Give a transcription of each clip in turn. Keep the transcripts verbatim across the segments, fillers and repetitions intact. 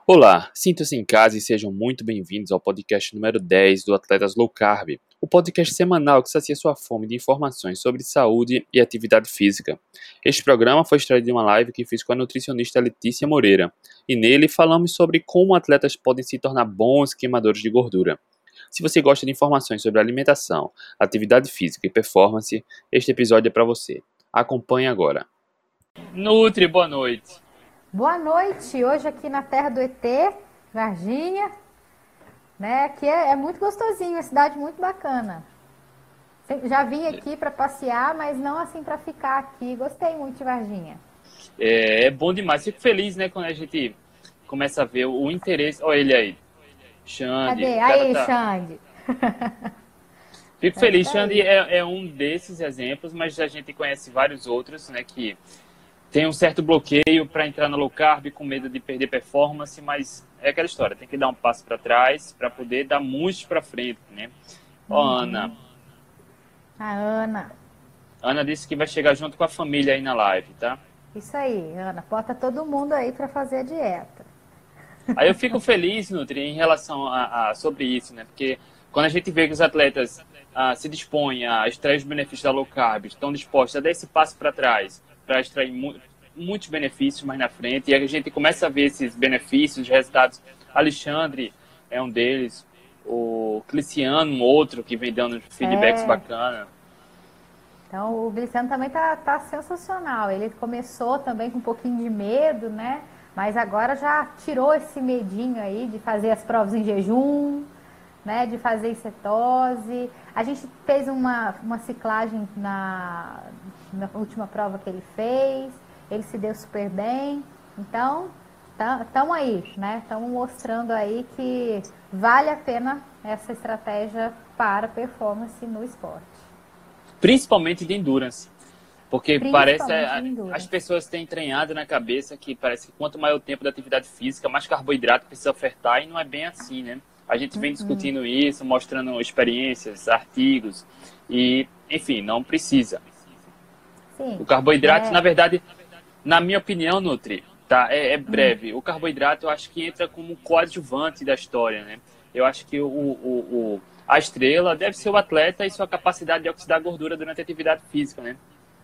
Olá, sintam-se em casa e sejam muito bem-vindos ao podcast número dez do Atletas Low Carb, o podcast semanal que sacia sua fome de informações sobre saúde e atividade física. Este programa foi extraído de uma live que fiz com a nutricionista Letícia Moreira, e nele falamos sobre como atletas podem se tornar bons queimadores de gordura. Se você gosta de informações sobre alimentação, atividade física e performance, este episódio é para você. Acompanhe agora. Nutri, boa noite. Boa noite, hoje aqui na terra do E T, Varginha, né, que é, é muito gostosinho, é uma cidade muito bacana. Já vim aqui para passear, mas não assim para ficar aqui, gostei muito de Varginha. É, é bom demais, fico feliz, né, quando a gente começa a ver o interesse, olha ele aí, Xande. Cadê? O cara Aí, tá... Xande. Fico feliz, Xande é, é um desses exemplos, mas a gente conhece vários outros, né, que tem um certo bloqueio para entrar no low carb com medo de perder performance, mas é aquela história, tem que dar um passo para trás para poder dar muito para frente, né? Ó, Uhum. Ana. A Ana. Ana disse que vai chegar junto com a família aí na live, tá? Isso aí, Ana, bota todo mundo aí para fazer a dieta. Aí eu fico feliz, Nutri, em relação a, a sobre isso, né? Porque quando a gente vê que os atletas ah, se dispõem a extrair os benefícios da low carb, estão dispostos a dar esse passo para trás, para extrair mu muitos benefícios mais na frente, e a gente começa a ver esses benefícios, resultados. Alexandre é um deles, o Cliciano, um outro que vem dando feedbacks É. bacanas. Então o Gliciano também tá, tá sensacional, ele começou também com um pouquinho de medo, né? Mas agora já tirou esse medinho aí de fazer as provas em jejum, né, de fazer em cetose. A gente fez uma, uma ciclagem na, na última prova que ele fez, ele se deu super bem. Então, estamos aí, né? Estamos mostrando aí que vale a pena essa estratégia para performance no esporte. Principalmente de endurance. Porque parece a, endurance. as pessoas têm treinado na cabeça que parece que quanto maior o tempo da atividade física, mais carboidrato precisa ofertar, e não é bem assim, né? A gente vem discutindo uhum. isso, mostrando experiências, artigos, e, enfim, não precisa. Sim, o carboidrato, é... na verdade, na minha opinião, Nutri, tá? É, é breve. Uhum. O carboidrato eu acho que entra como coadjuvante da história, né? Eu acho que o, o, o, a estrela deve ser o atleta e sua capacidade de oxidar gordura durante a atividade física, né?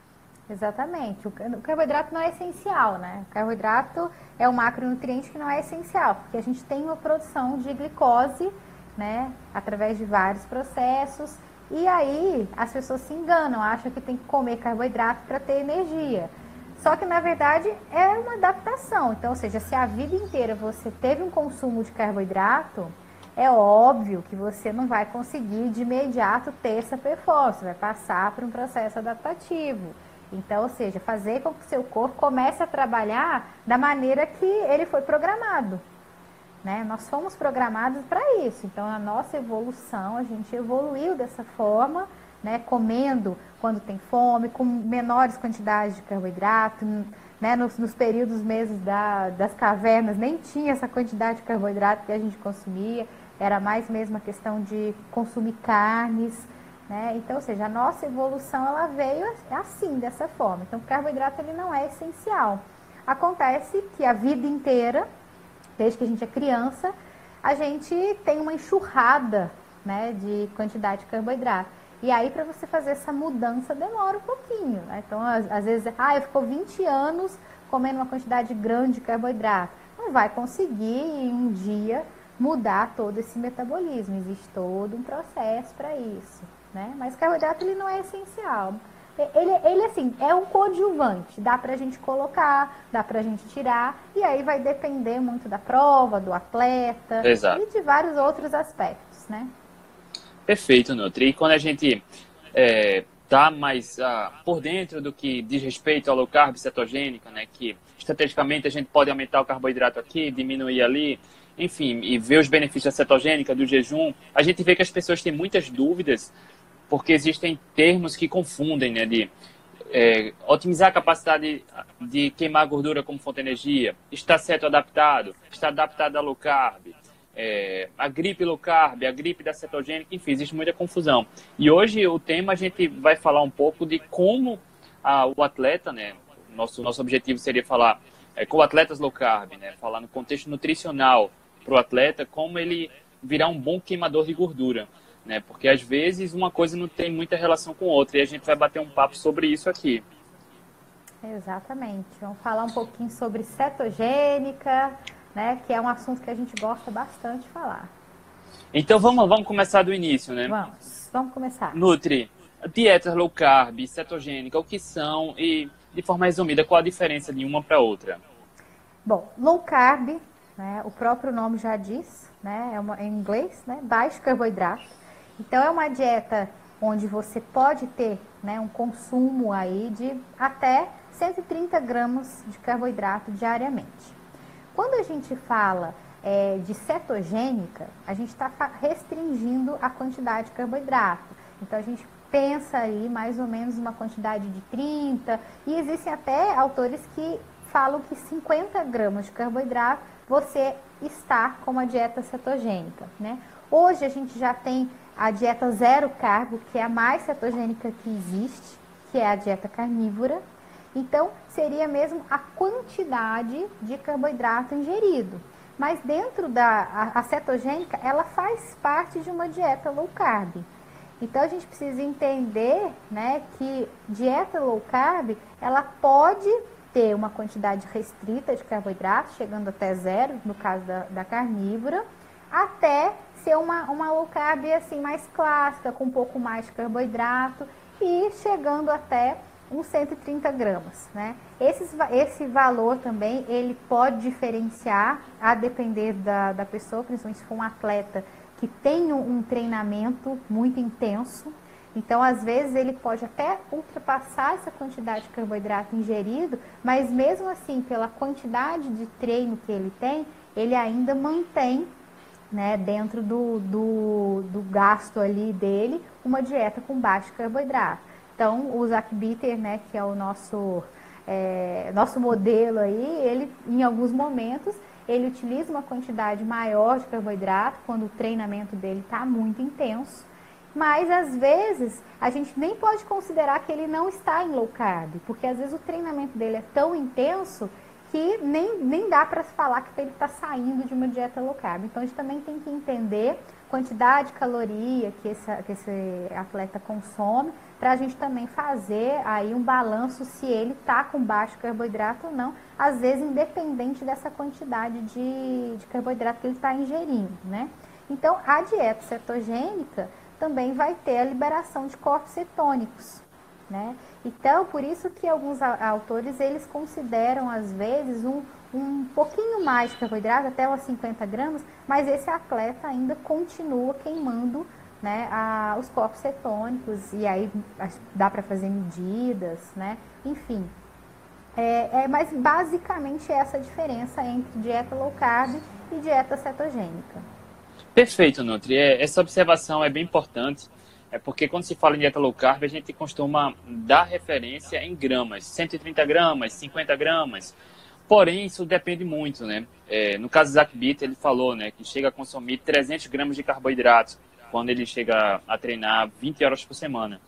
Exatamente. O carboidrato não é essencial, né? O carboidrato é um macronutriente que não é essencial, porque a gente tem uma produção de glicose, né, através de vários processos, e aí as pessoas se enganam, acham que tem que comer carboidrato para ter energia. Só que, na verdade, é uma adaptação. Então, ou seja, se a vida inteira você teve um consumo de carboidrato, é óbvio que você não vai conseguir de imediato ter essa performance, vai passar por um processo adaptativo. Então, ou seja, fazer com que o seu corpo comece a trabalhar da maneira que ele foi programado, né? Nós fomos programados para isso. Então, a nossa evolução, a gente evoluiu dessa forma, né? Comendo quando tem fome, com menores quantidades de carboidrato, né? Nos, nos períodos meses da, das cavernas, nem tinha essa quantidade de carboidrato que a gente consumia. Era mais mesmo a questão de consumir carnes, né? Então, ou seja, a nossa evolução ela veio assim, dessa forma. Então, o carboidrato ele não é essencial. Acontece que a vida inteira, desde que a gente é criança, a gente tem uma enxurrada, né, de quantidade de carboidrato. E aí, para você fazer essa mudança, demora um pouquinho, né? Então, às, às vezes, ah, eu ficou vinte anos comendo uma quantidade grande de carboidrato. Não vai conseguir em um dia mudar todo esse metabolismo. Existe todo um processo para isso. Né? Mas o carboidrato ele não é essencial. Ele, ele assim, é um coadjuvante, dá pra gente colocar, dá pra gente tirar, e aí vai depender muito da prova, do atleta. Exato. E de vários outros aspectos, né? Perfeito, Nutri. E quando a gente é, tá mais ah, por dentro do que diz respeito ao low carb cetogênica, né? Que estrategicamente a gente pode aumentar o carboidrato aqui, diminuir ali, enfim, e ver os benefícios da cetogênica, do jejum, a gente vê que as pessoas têm muitas dúvidas, porque existem termos que confundem, né, de é, otimizar a capacidade de queimar gordura como fonte de energia, está certo adaptado, está adaptado a low carb, é, a gripe low carb, a gripe da cetogênica, enfim, existe muita confusão. E hoje o tema a gente vai falar um pouco de como a, o atleta, né, nosso, nosso objetivo seria falar é, com atletas low carb, né? Falar no contexto nutricional para o atleta, como ele virar um bom queimador de gordura, né? Porque às vezes uma coisa não tem muita relação com outra e a gente vai bater um papo sobre isso aqui. Exatamente. Vamos falar um pouquinho sobre cetogênica, né? Que é um assunto que a gente gosta bastante de falar. Então vamos, vamos começar do início, né? Vamos, vamos começar. Nutri, dietas low carb, cetogênica, o que são e, de forma resumida, qual a diferença de uma para outra? Bom, low carb, né, o próprio nome já diz, né, é uma, em inglês, né, baixo carboidrato. Então, é uma dieta onde você pode ter, né, um consumo aí de até cento e trinta gramas de carboidrato diariamente. Quando a gente fala é, de cetogênica, a gente está restringindo a quantidade de carboidrato. Então, a gente pensa aí mais ou menos uma quantidade de trinta, e existem até autores que falam que cinquenta gramas de carboidrato você está com uma dieta cetogênica, né? Hoje a gente já tem a dieta zero carbo, que é a mais cetogênica que existe, que é a dieta carnívora. Então, seria mesmo a quantidade de carboidrato ingerido. Mas dentro da a, a cetogênica, ela faz parte de uma dieta low carb. Então, a gente precisa entender, né, que dieta low carb, ela pode ter uma quantidade restrita de carboidrato, chegando até zero, no caso da, da carnívora, até ser uma, uma low carb assim, mais clássica, com um pouco mais de carboidrato e chegando até uns cento e trinta gramas, né? Esses, esse valor também, ele pode diferenciar a depender da, da pessoa, principalmente se for um atleta que tem um, um treinamento muito intenso. Então, às vezes, ele pode até ultrapassar essa quantidade de carboidrato ingerido, mas mesmo assim, pela quantidade de treino que ele tem, ele ainda mantém, né, dentro do, do, do gasto ali dele, uma dieta com baixo carboidrato. Então, o Zach Bitter, né, que é o nosso, é, nosso modelo aí, ele, em alguns momentos, ele utiliza uma quantidade maior de carboidrato, quando o treinamento dele está muito intenso. Mas, às vezes, a gente nem pode considerar que ele não está em low carb, porque, às vezes, o treinamento dele é tão intenso que nem, nem dá para falar que ele está saindo de uma dieta low carb. Então, a gente também tem que entender a quantidade de caloria que esse, que esse atleta consome, para a gente também fazer aí um balanço se ele está com baixo carboidrato ou não, às vezes, independente dessa quantidade de, de carboidrato que ele está ingerindo, né? Então, a dieta cetogênica também vai ter a liberação de corpos cetônicos, né? Então, por isso que alguns autores, eles consideram, às vezes, um, um pouquinho mais de carboidrato, até umas cinquenta gramas, mas esse atleta ainda continua queimando, né, a, os corpos cetônicos, e aí dá para fazer medidas, né? Enfim, é, é, mas basicamente essa a diferença entre dieta low carb e dieta cetogênica. Perfeito, Nutri. É, essa observação é bem importante, é porque quando se fala em dieta low carb, a gente costuma dar referência em gramas, cento e trinta gramas, cinquenta gramas, porém isso depende muito, né? É, no caso do Zach Bitter, ele falou, né, que chega a consumir trezentos gramas de carboidrato quando ele chega a treinar vinte horas por semana.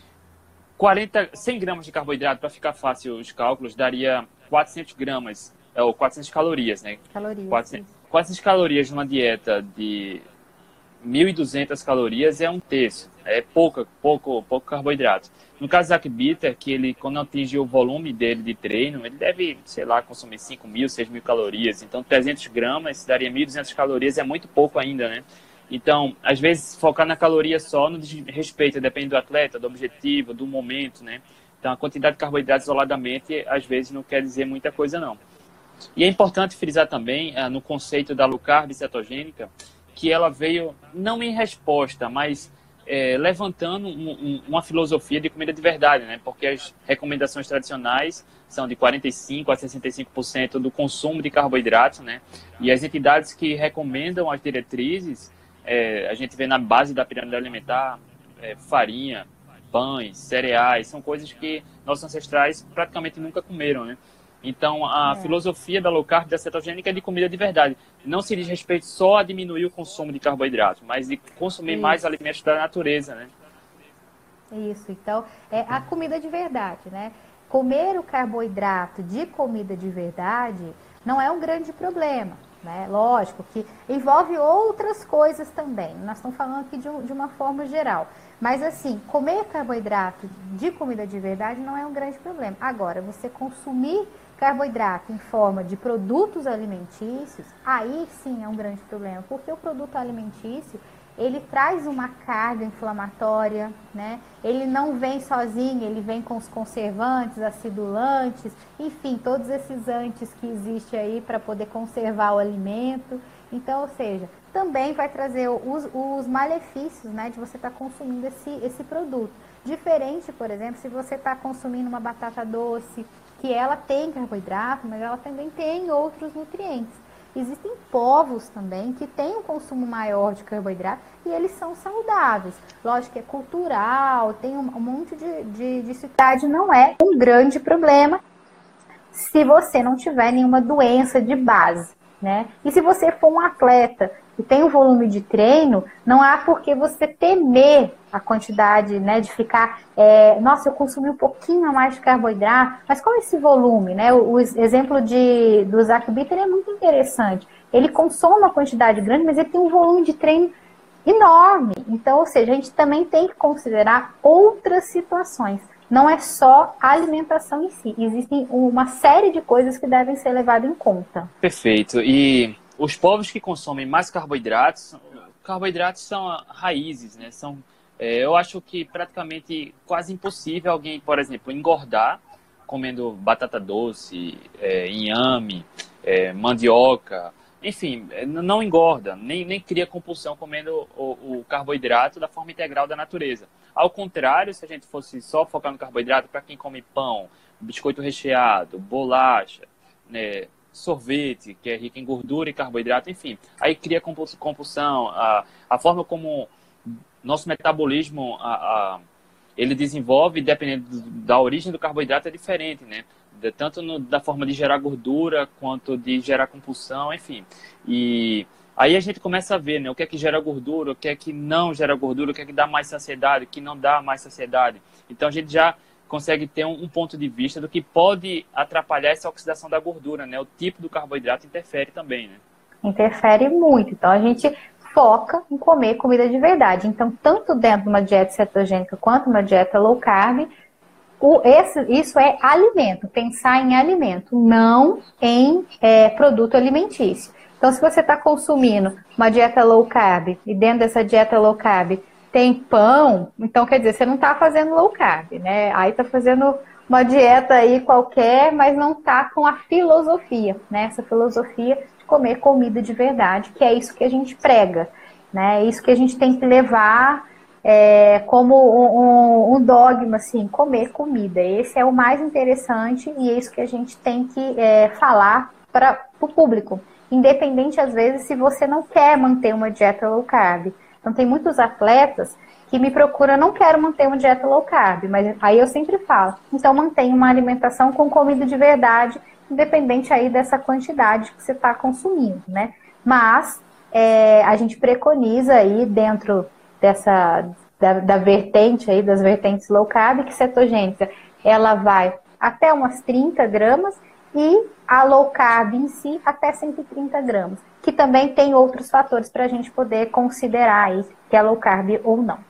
quarenta, cem gramas de carboidrato, para ficar fácil os cálculos, daria quatrocentos gramas, ou quatrocentas calorias, né? Calorias. quatrocentas, quatrocentas calorias numa dieta de mil e duzentas calorias é um terço, é pouco, pouco, pouco carboidrato. No caso do Zach Bitter, que ele, quando atingir o volume dele de treino, ele deve, sei lá, consumir cinco mil, seis mil calorias. Então, trezentos gramas daria mil e duzentas calorias, é muito pouco ainda, né? Então, às vezes, focar na caloria só não diz respeito, depende do atleta, do objetivo, do momento, né? Então, a quantidade de carboidratos isoladamente, às vezes, não quer dizer muita coisa, não. E é importante frisar também, ah, no conceito da low carb cetogênica, que ela veio, não em resposta, mas é, levantando um, um, uma filosofia de comida de verdade, né? Porque as recomendações tradicionais são de quarenta e cinco por cento a sessenta e cinco por cento do consumo de carboidratos, né? E as entidades que recomendam as diretrizes, é, a gente vê na base da pirâmide alimentar, é, farinha, pães, cereais, são coisas que nossos ancestrais praticamente nunca comeram, né? Então, a é. filosofia da low carb, da cetogênica, é de comida de verdade. Não se diz respeito só a diminuir o consumo de carboidrato, mas de consumir Isso. mais alimentos da natureza, né? Isso, então, é a comida de verdade, né? comer o carboidrato de comida de verdade não é um grande problema, né? Lógico que envolve outras coisas também. Nós estamos falando aqui de, um, de uma forma geral. Mas assim, comer carboidrato de comida de verdade não é um grande problema. Agora, você consumir carboidrato em forma de produtos alimentícios, aí sim é um grande problema. Porque o produto alimentício, ele traz uma carga inflamatória, né? Ele não vem sozinho, ele vem com os conservantes, acidulantes, enfim, todos esses antes que existem aí para poder conservar o alimento. Então, ou seja, também vai trazer os, os malefícios, né, de você estar tá consumindo esse, esse produto. Diferente, por exemplo, se você está consumindo uma batata doce, que ela tem carboidrato, mas ela também tem outros nutrientes. Existem povos também que têm um consumo maior de carboidrato e eles são saudáveis. Lógico que é cultural, tem um, um monte de, de, de cidade, não é um grande problema se você não tiver nenhuma doença de base, né? E se você for um atleta e tem um volume de treino, não há por que você temer a quantidade, né, de ficar, é, nossa, eu consumi um pouquinho a mais de carboidrato, mas qual é esse volume, né? O, o exemplo de, do Zach Bitter é muito interessante. Ele consome uma quantidade grande, mas ele tem um volume de treino enorme. Então, ou seja, a gente também tem que considerar outras situações. Não é só a alimentação em si. Existem uma série de coisas que devem ser levadas em conta. Perfeito. E os povos que consomem mais carboidratos, carboidratos são raízes, né? São, é, eu acho que praticamente quase impossível alguém, por exemplo, engordar comendo batata doce, é, inhame, é, mandioca, enfim, não engorda, nem, nem cria compulsão comendo o, o carboidrato da forma integral da natureza. Ao contrário, se a gente fosse só focar no carboidrato, para quem come pão, biscoito recheado, bolacha, né, sorvete, que é rico em gordura e carboidrato, enfim, aí cria compulsão. A, a forma como nosso metabolismo a, a, ele desenvolve, dependendo da origem do carboidrato, é diferente, né? Tanto no, da forma de gerar gordura, quanto de gerar compulsão, enfim. E aí a gente começa a ver, né, o que é que gera gordura, o que é que não gera gordura, o que é que dá mais saciedade, o que não dá mais saciedade. Então a gente já consegue ter um, um ponto de vista do que pode atrapalhar essa oxidação da gordura, né? O tipo do carboidrato interfere também, né? Interfere muito. Então a gente foca em comer comida de verdade. Então, tanto dentro de uma dieta cetogênica quanto uma dieta low carb, O, esse, isso é alimento, pensar em alimento, não em é, produto alimentício. Então, se você está consumindo uma dieta low carb e dentro dessa dieta low carb tem pão, então quer dizer, você não está fazendo low carb, né? Aí está fazendo uma dieta aí qualquer, mas não está com a filosofia, né? Essa filosofia de comer comida de verdade, que é isso que a gente prega, né? É isso que a gente tem que levar É, como um, um, um dogma, assim, comer comida. Esse é o mais interessante e é isso que a gente tem que é, falar para o público. Independente, às vezes, se você não quer manter uma dieta low carb. Então, tem muitos atletas que me procuram, não quero manter uma dieta low carb, mas aí eu sempre falo, então mantenha uma alimentação com comida de verdade, independente aí dessa quantidade que você está consumindo, né? Mas é, a gente preconiza aí dentro dessa da, da vertente aí, das vertentes low carb, que cetogênica, ela vai até umas trinta gramas e a low carb em si até cento e trinta gramas, que também tem outros fatores para a gente poder considerar aí que é low carb ou não.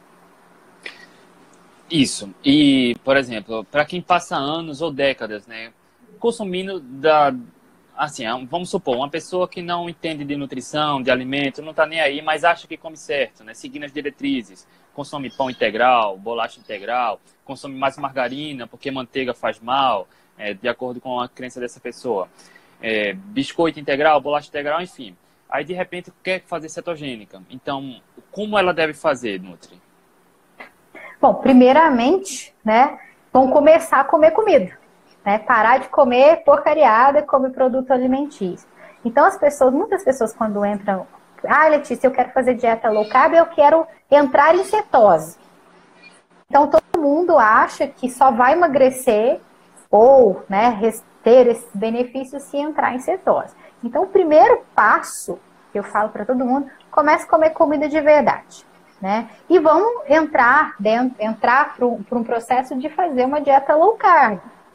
Isso. E, por exemplo, para quem passa anos ou décadas, né, consumindo da assim, vamos supor, uma pessoa que não entende de nutrição, de alimento, não está nem aí, mas acha que come certo, né? Seguindo as diretrizes, consome pão integral, bolacha integral, consome mais margarina porque manteiga faz mal, é, de acordo com a crença dessa pessoa. É, biscoito integral, bolacha integral, enfim. Aí, de repente, quer fazer cetogênica. Então, como ela deve fazer, Nutri? Bom, primeiramente, né, vão começar a comer comida. Né, parar de comer porcariada e comer produto alimentício. Então, as pessoas, muitas pessoas quando entram, ah, Letícia, eu quero fazer dieta low carb, eu quero entrar em cetose. Então, todo mundo acha que só vai emagrecer ou, né, ter esses benefícios se entrar em cetose. Então, o primeiro passo, que eu falo para todo mundo, comece a comer comida de verdade. Né? E vamos entrar, dentro, entrar para um processo de fazer uma dieta low carb.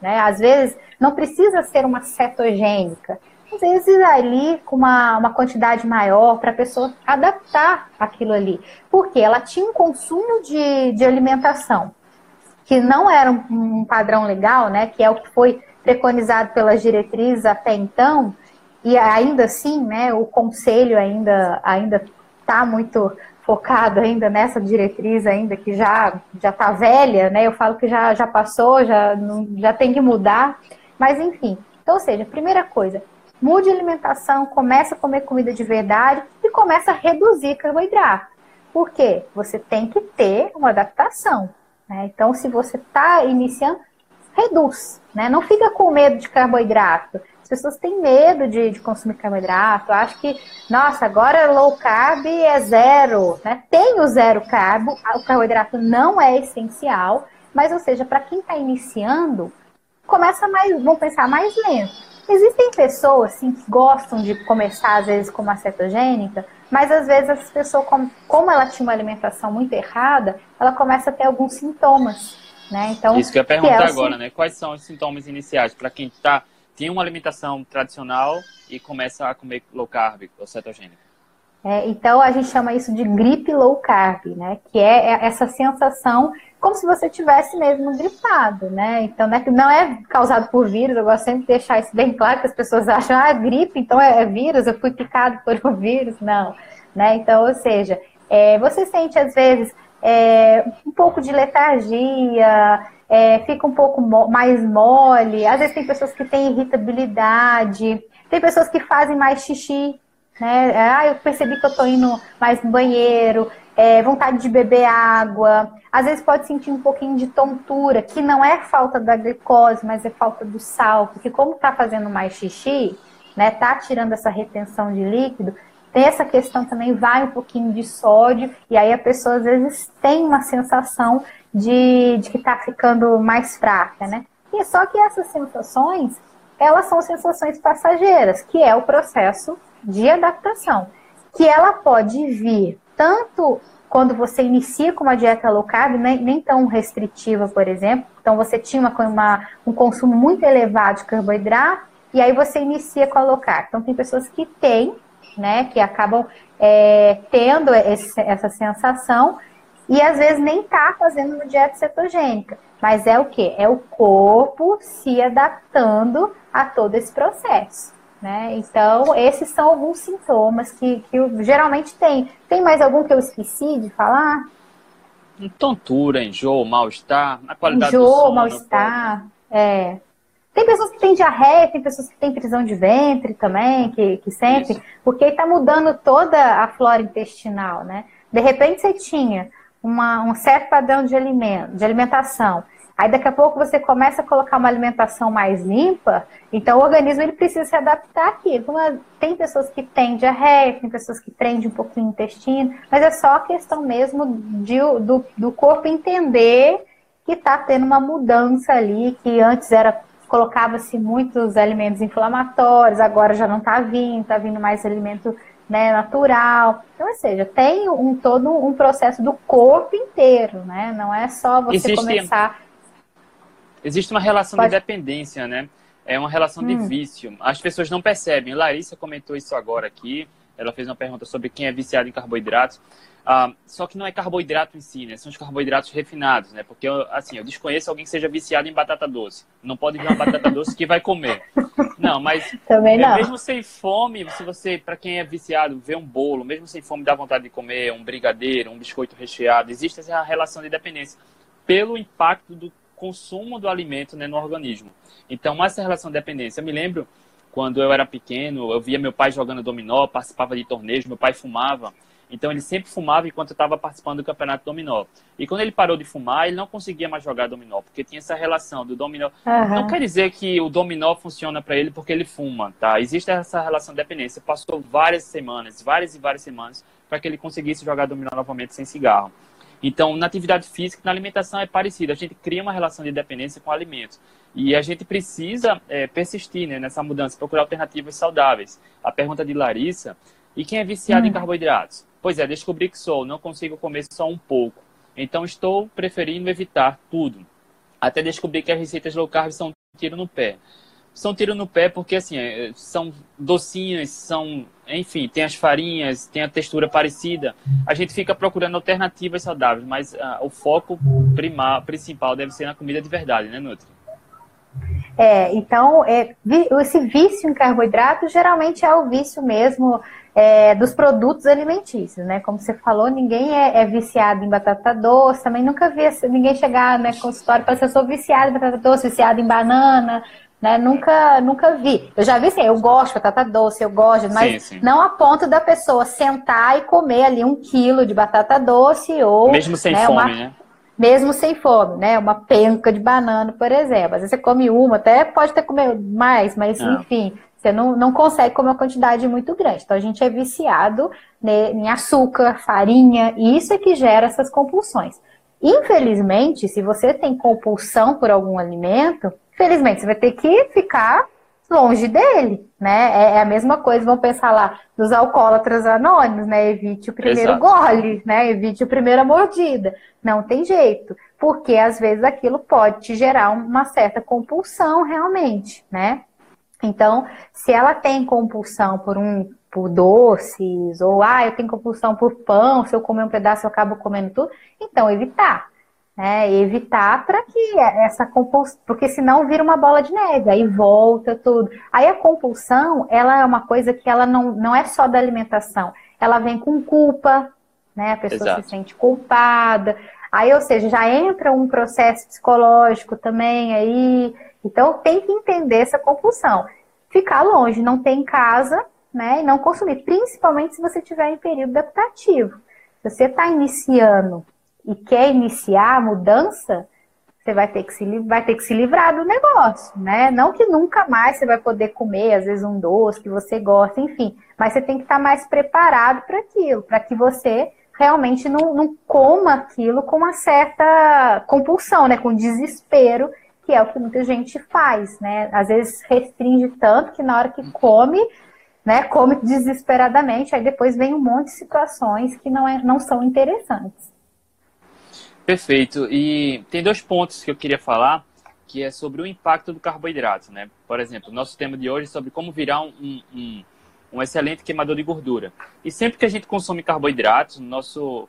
né? Às vezes não precisa ser uma cetogênica, às vezes ali com uma, uma quantidade maior para a pessoa adaptar aquilo ali. Porque ela tinha um consumo de, de alimentação que não era um, um padrão legal, né? Que é o que foi preconizado pelas diretrizes até então, e ainda assim, né, o conselho ainda ainda está muito focado ainda nessa diretriz ainda que já já está velha, né? Eu falo que já, já passou, já, não, já tem que mudar, mas enfim. Então, ou seja, primeira coisa, mude a alimentação, comece a comer comida de verdade e comece a reduzir carboidrato. Por quê? Você tem que ter uma adaptação, né? Então, se você está iniciando, reduz, né? Não fica com medo de carboidrato. As pessoas têm medo de, de consumir carboidrato, acho que, nossa, agora low carb é zero, né? Tem o zero carbo, o carboidrato não é essencial, mas, ou seja, para quem está iniciando, começa mais, vão pensar mais lento. Existem pessoas, assim, que gostam de começar, às vezes, com uma cetogênica, mas, às vezes, essa pessoa, como, como ela tinha uma alimentação muito errada, ela começa a ter alguns sintomas, né? Então, isso que eu ia perguntar é agora, né? Quais são os sintomas iniciais para quem tá, tem uma alimentação tradicional e começa a comer low carb ou cetogênica? É, então, a gente chama isso de gripe low carb, né? Que é essa sensação como se você tivesse mesmo gripado, né? Então, né, não é causado por vírus, eu gosto sempre de deixar isso bem claro, que as pessoas acham, ah, gripe, então é vírus, eu fui picado por um vírus. Não, né? Então, ou seja, é, você sente, às vezes, é, um pouco de letargia, é, fica um pouco mo- mais mole, às vezes tem pessoas que têm irritabilidade, tem pessoas que fazem mais xixi, né? Ah, eu percebi que eu tô indo mais no banheiro, é, vontade de beber água, às vezes pode sentir um pouquinho de tontura, que não é falta da glicose, mas é falta do sal, porque como tá fazendo mais xixi, né, tá tirando essa retenção de líquido, tem essa questão também, vai um pouquinho de sódio, e aí a pessoa às vezes tem uma sensação de, de que tá ficando mais fraca, né? E é só que essas sensações, elas são sensações passageiras, que é o processo de adaptação, que ela pode vir tanto quando você inicia com uma dieta low carb, nem, nem tão restritiva, por exemplo, então você tinha uma, uma, um consumo muito elevado de carboidrato, e aí você inicia com a low carb. Então tem pessoas que têm, né, que acabam é, tendo esse, essa sensação, e às vezes nem tá fazendo uma dieta cetogênica, mas é o quê? É o corpo se adaptando a todo esse processo. Né? Então, esses são alguns sintomas que, que eu, geralmente tem. Tem mais algum que eu esqueci de falar? Tontura, enjoo, mal-estar, a qualidade do Enjoo, sono. mal-estar. É. Tem pessoas que têm diarreia, tem pessoas que têm prisão de ventre também, que, que sentem, Isso. porque está mudando toda a flora intestinal, né? De repente você tinha uma, um certo padrão de, alimento, de alimentação. Aí daqui a pouco você começa a colocar uma alimentação mais limpa, então o organismo ele precisa se adaptar aqui. Tem pessoas que têm diarreia, tem pessoas que prendem um pouquinho o intestino, mas é só a questão mesmo de, do, do corpo entender que está tendo uma mudança ali, que antes era colocava-se muitos alimentos inflamatórios, agora já não está vindo, está vindo mais alimento, né, natural. Então, ou seja, tem um, todo um processo do corpo inteiro, né? Não é só você Existe... começar... Existe uma relação Pode... de dependência, né? É uma relação hum. de vício. As pessoas não percebem. Larissa comentou isso agora aqui. Ela fez uma pergunta sobre quem é viciado em carboidratos. Ah, só que não é carboidrato em si, né? São os carboidratos refinados, né? Porque, eu, assim, eu desconheço alguém que seja viciado em batata doce. Não pode ver uma batata doce que vai comer. Não, mas Também não. É, mesmo sem fome, se você, para quem é viciado, vê um bolo, mesmo sem fome, dá vontade de comer um brigadeiro, um biscoito recheado. Existe essa relação de dependência pelo impacto do consumo do alimento, né, no organismo. Então, essa relação de dependência. Eu me lembro, quando eu era pequeno, eu via meu pai jogando dominó, participava de torneios, meu pai fumava. Então, ele sempre fumava enquanto eu estava participando do campeonato dominó. E quando ele parou de fumar, ele não conseguia mais jogar dominó, porque tinha essa relação do dominó. Uhum. Não quer dizer que o dominó funciona para ele porque ele fuma, tá? Existe essa relação de dependência. Passou várias semanas, várias e várias semanas, para que ele conseguisse jogar dominó novamente sem cigarro. Então, na atividade física, na alimentação é parecido. A gente cria uma relação de dependência com alimentos. E a gente precisa é, persistir, né, nessa mudança, procurar alternativas saudáveis. A pergunta de Larissa, e quem é viciado hum. em carboidratos? Pois é, descobri que sou, não consigo comer só um pouco. Então, estou preferindo evitar tudo. Até descobrir que as receitas low carb são tiro no pé. São tiro no pé porque, assim, é, são docinhas, são, enfim, tem as farinhas, tem a textura parecida. A gente fica procurando alternativas saudáveis, mas ah, o foco primar, principal deve ser na comida de verdade, né, Nutri? É, então, é, esse vício em carboidrato geralmente é o vício mesmo é, dos produtos alimentícios, né? Como você falou, ninguém é, é viciado em batata doce, também nunca vi ninguém chegar, né, com história e falar assim, eu sou viciado em batata doce, viciado em banana, né? Nunca, nunca vi. Eu já vi assim, eu gosto de batata doce, eu gosto, mas Sim, sim. não a ponto da pessoa sentar e comer ali um quilo de batata doce ou... Mesmo sem né, fome, uma... né? Mesmo sem fome, né? Uma penca de banana, por exemplo. Às vezes você come uma, até pode ter comido mais, mas Ah, enfim, você não, não consegue comer uma quantidade muito grande. Então a gente é viciado, né, em açúcar, farinha, e isso é que gera essas compulsões. Infelizmente, se você tem compulsão por algum alimento, infelizmente você vai ter que ficar longe dele, né? É, é a mesma coisa, vamos pensar lá dos alcoólatras anônimos, né? Evite o primeiro exato. gole, né? Evite a primeira mordida. Não tem jeito, porque às vezes aquilo pode te gerar uma certa compulsão realmente, né? Então, se ela tem compulsão por um por doces, ou ah, eu tenho compulsão por pão, se eu comer um pedaço eu acabo comendo tudo, então evitar. Né, evitar para que essa compulsão, porque senão vira uma bola de neve, aí volta tudo. Aí a compulsão, ela é uma coisa que ela não, não é só da alimentação, ela vem com culpa, né? A pessoa se Exato. sente culpada, aí, ou seja, já entra um processo psicológico também aí, então tem que entender essa compulsão. Ficar longe, não ter em casa, né? E não consumir, principalmente se você estiver em período adaptativo. Se você está iniciando e quer iniciar a mudança, você vai ter, que se, vai ter que se livrar do negócio, né? Não que nunca mais você vai poder comer, às vezes, um doce que você gosta, enfim. Mas você tem que estar mais preparado para aquilo, para que você realmente não, não coma aquilo com uma certa compulsão, né? Com desespero, que é o que muita gente faz, né? Às vezes restringe tanto que na hora que come, né, come desesperadamente, aí depois vem um monte de situações que não, é, não são interessantes. Perfeito. E tem dois pontos que eu queria falar, que é sobre o impacto do carboidrato, né? Por exemplo, o nosso tema de hoje é sobre como virar um, um, um excelente queimador de gordura. E sempre que a gente consome carboidratos, nosso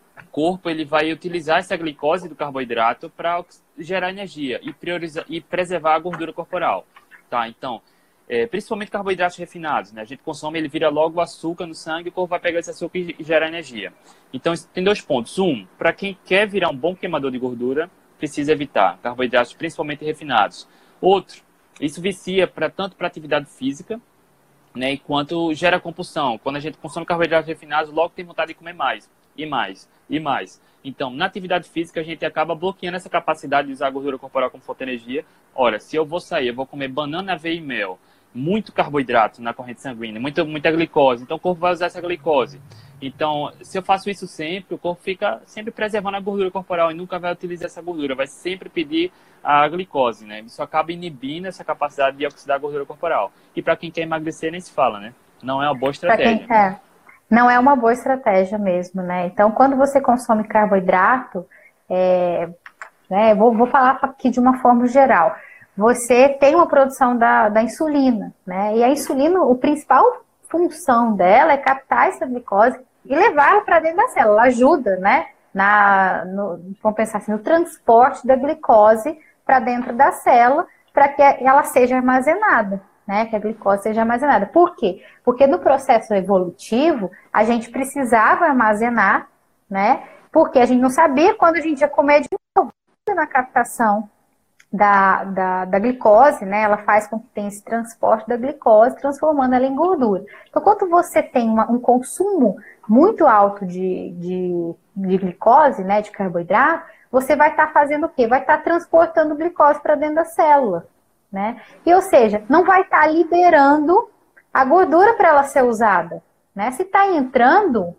corpo ele vai utilizar essa glicose do carboidrato para gerar energia e, priorizar, e preservar a gordura corporal. Tá? Então, é, principalmente carboidratos refinados, né? A gente consome, ele vira logo açúcar no sangue, o corpo vai pegar esse açúcar e gerar energia. Então, tem dois pontos. Um, para quem quer virar um bom queimador de gordura, precisa evitar carboidratos, principalmente refinados. Outro, isso vicia pra, tanto para atividade física, né, enquanto gera compulsão. Quando a gente consome carboidratos refinados, logo tem vontade de comer mais, e mais, e mais. Então, na atividade física, a gente acaba bloqueando essa capacidade de usar a gordura corporal como fonte de energia. Ora, se eu vou sair, eu vou comer banana, aveia e mel, muito carboidrato na corrente sanguínea, muita, muita glicose, então o corpo vai usar essa glicose. Então, se eu faço isso sempre, o corpo fica sempre preservando a gordura corporal e nunca vai utilizar essa gordura, vai sempre pedir a glicose, né? Isso acaba inibindo essa capacidade de oxidar a gordura corporal. E para quem quer emagrecer, nem se fala, né? Não é uma boa Para quem estratégia. quer. Não é uma boa estratégia mesmo, né? Então, quando você consome carboidrato, é, né, vou, vou falar aqui de uma forma geral. Você tem uma produção da, da insulina, né? E a insulina, a principal função dela é captar essa glicose e levá-la para dentro da célula. Ela ajuda, né? Na, no, vamos pensar assim, no transporte da glicose para dentro da célula, para que ela seja armazenada, né? Que a glicose seja armazenada. Por quê? Porque no processo evolutivo, a gente precisava armazenar, né? Porque a gente não sabia quando a gente ia comer de novo na captação Da, da, da glicose, né? Ela faz com que tenha esse transporte da glicose, transformando ela em gordura. Então, quando você tem uma, um consumo muito alto de, de, de glicose, né? De carboidrato, você vai estar tá fazendo o quê? Vai estar tá transportando glicose para dentro da célula, né? E, ou seja, não vai estar tá liberando a gordura para ela ser usada, né? Se está entrando,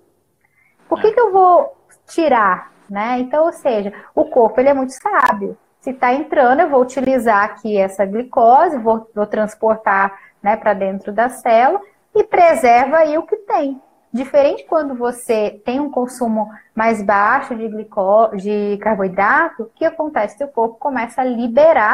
por que que eu vou tirar, né? Então, ou seja, o corpo ele é muito sábio. Se está entrando, eu vou utilizar aqui essa glicose, vou, vou transportar, né, para dentro da célula e preserva aí o que tem. Diferente quando você tem um consumo mais baixo de, glico, de carboidrato, o que acontece? Seu corpo começa a liberar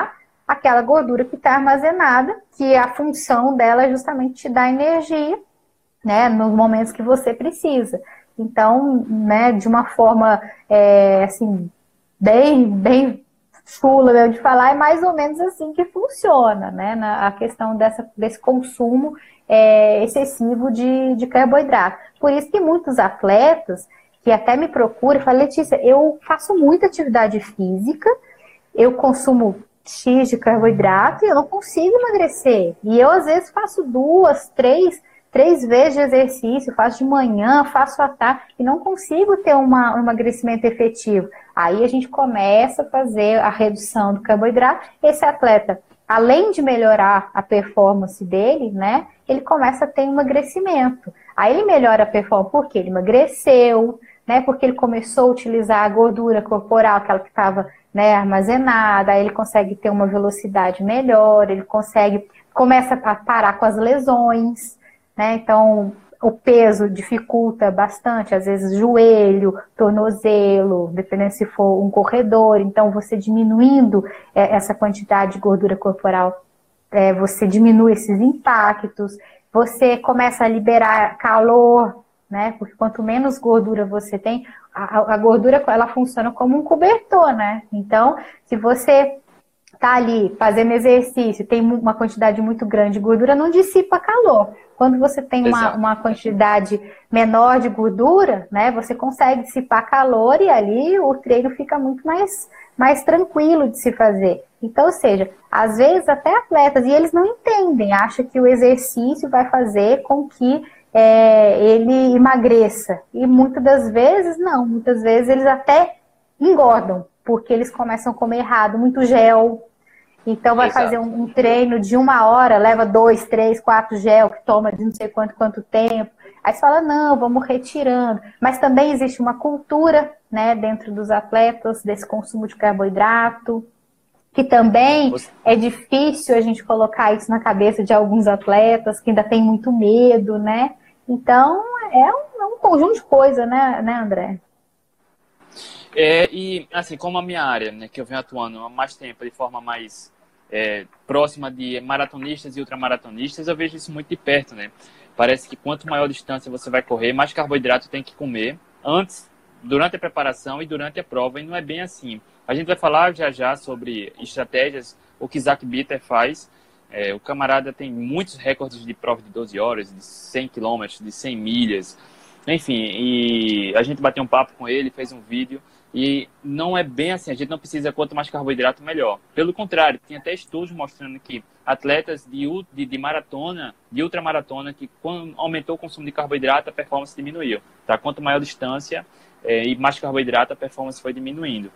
aquela gordura que está armazenada, que a função dela é justamente te dar energia, né, nos momentos que você precisa. Então, né, de uma forma, é, assim, bem, bem chula mesmo de falar, é mais ou menos assim que funciona, né, na, a questão dessa, desse consumo é, excessivo de, de carboidrato. Por isso que muitos atletas que até me procuram e falam, Letícia, eu faço muita atividade física, eu consumo X de carboidrato e eu não consigo emagrecer. E eu, às vezes, faço duas, três, três vezes de exercício, faço de manhã, faço à tarde, e não consigo ter uma, um emagrecimento efetivo. Aí a gente começa a fazer a redução do carboidrato. Esse atleta, além de melhorar a performance dele, né, ele começa a ter um emagrecimento. Aí ele melhora a performance porque ele emagreceu, né, porque ele começou a utilizar a gordura corporal, aquela que estava, né, armazenada, aí ele consegue ter uma velocidade melhor, ele consegue, começa a parar com as lesões, né, então o peso dificulta bastante, às vezes joelho, tornozelo, dependendo se for um corredor, então você diminuindo é, essa quantidade de gordura corporal, é, você diminui esses impactos, você começa a liberar calor, né, porque quanto menos gordura você tem, a, a gordura ela funciona como um cobertor, né, então se você tá ali fazendo exercício, tem uma quantidade muito grande de gordura, não dissipa calor. Quando você tem uma, uma quantidade menor de gordura, né, você consegue dissipar calor e ali o treino fica muito mais, mais tranquilo de se fazer. Então, ou seja, às vezes até atletas, e eles não entendem, acham que o exercício vai fazer com que é, ele emagreça. E muitas das vezes, não. Muitas vezes eles até engordam, porque eles começam a comer errado, muito gel. Então vai Exato. fazer um, um treino de uma hora, leva dois, três, quatro gel, que toma de não sei quanto, quanto tempo. Aí você fala, não, vamos retirando. Mas também existe uma cultura, né, dentro dos atletas, desse consumo de carboidrato, que também Você... é difícil a gente colocar isso na cabeça de alguns atletas, que ainda tem muito medo, né? Então, é um, é um conjunto de coisas, né, né, André? É, e, assim, como a minha área, né, que eu venho atuando há mais tempo, de forma mais é, próxima de maratonistas e ultramaratonistas, eu vejo isso muito de perto, né? Parece que quanto maior distância você vai correr, mais carboidrato tem que comer antes, durante a preparação e durante a prova, e não é bem assim. A gente vai falar já já sobre estratégias, o que Zach Bitter faz. É, o camarada tem muitos recordes de prova de doze horas, de cem quilômetros, de cem milhas, enfim, e a gente bateu um papo com ele, fez um vídeo, e não é bem assim, a gente não precisa quanto mais carboidrato, melhor. Pelo contrário, tem até estudos mostrando que atletas de, de, de maratona, de ultramaratona, que quando aumentou o consumo de carboidrato, a performance diminuiu. Tá? Quanto maior distância é, e mais carboidrato, a performance foi diminuindo.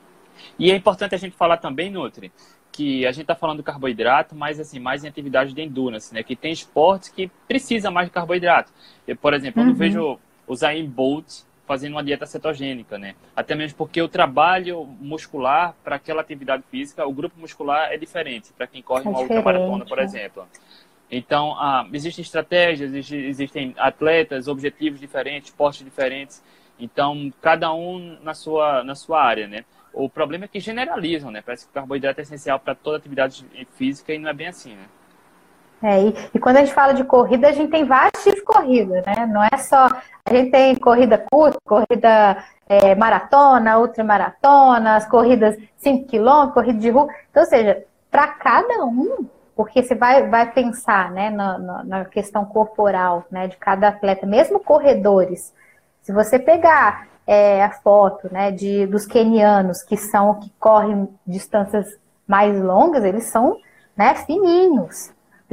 E é importante a gente falar também, Nutri, que a gente está falando do carboidrato, mas assim, mais em atividades de endurance, né? Que tem esportes que precisam mais de carboidrato. Eu, por exemplo, eu não vejo o Usain Bolt fazendo uma dieta cetogênica, né? Até mesmo porque o trabalho muscular para aquela atividade física, o grupo muscular é diferente para quem corre é uma ultramaratona, por exemplo. Então, ah, existem estratégias, existem atletas, objetivos diferentes, esportes diferentes. Então, cada um na sua, na sua área, né? O problema é que generalizam, né? Parece que o carboidrato é essencial para toda atividade física e não é bem assim, né? É, e, e quando a gente fala de corrida, a gente tem vários tipos de corrida, né? Não é só... A gente tem corrida curta, corrida é, maratona, ultramaratona, as corridas cinco quilômetros, corrida de rua. Então, ou seja, para cada um, porque você vai, vai pensar, né, na, na, na questão corporal, né, de cada atleta, mesmo corredores. Se você pegar é, a foto, né, de, dos quenianos, que são que correm distâncias mais longas, eles são, né, fininhos.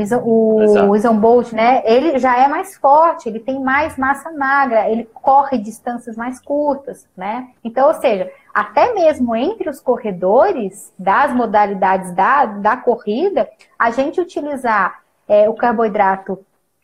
O Usain Bolt, né, ele já é mais forte, ele tem mais massa magra, ele corre distâncias mais curtas, né? Então, ou seja, até mesmo entre os corredores das modalidades da, da corrida, a gente utilizar é, o carboidrato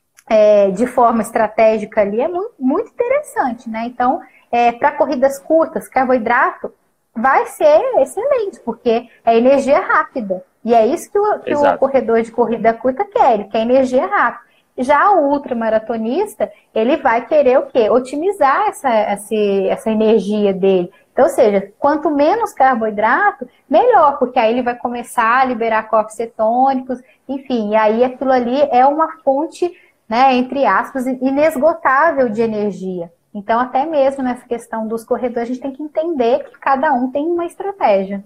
é, de forma estratégica ali é muito, muito interessante, né? Então, é, para corridas curtas, carboidrato vai ser excelente, porque é energia rápida. E é isso que o, que o corredor de corrida curta quer, ele quer energia rápida. Já o ultramaratonista, ele vai querer o quê? Otimizar essa, essa, essa energia dele. Então, ou seja, quanto menos carboidrato, melhor, porque aí ele vai começar a liberar corpos cetônicos, enfim, e aí aquilo ali é uma fonte, né, entre aspas, inesgotável de energia. Então, até mesmo nessa questão dos corredores, a gente tem que entender que cada um tem uma estratégia.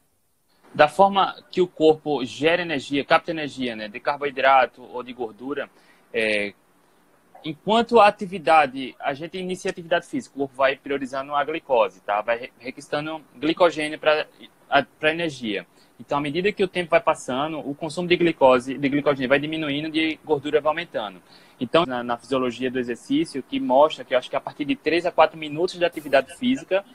Da forma que o corpo gera energia, capta energia, né, de carboidrato ou de gordura, é, enquanto a atividade, a gente inicia a atividade física, o corpo vai priorizando a glicose, tá? Vai requisitando glicogênio para a energia. Então, à medida que o tempo vai passando, o consumo de glicose, de glicogênio vai diminuindo e de gordura vai aumentando. Então, na, na fisiologia do exercício, que mostra que eu acho que a partir de três a quatro minutos de atividade física,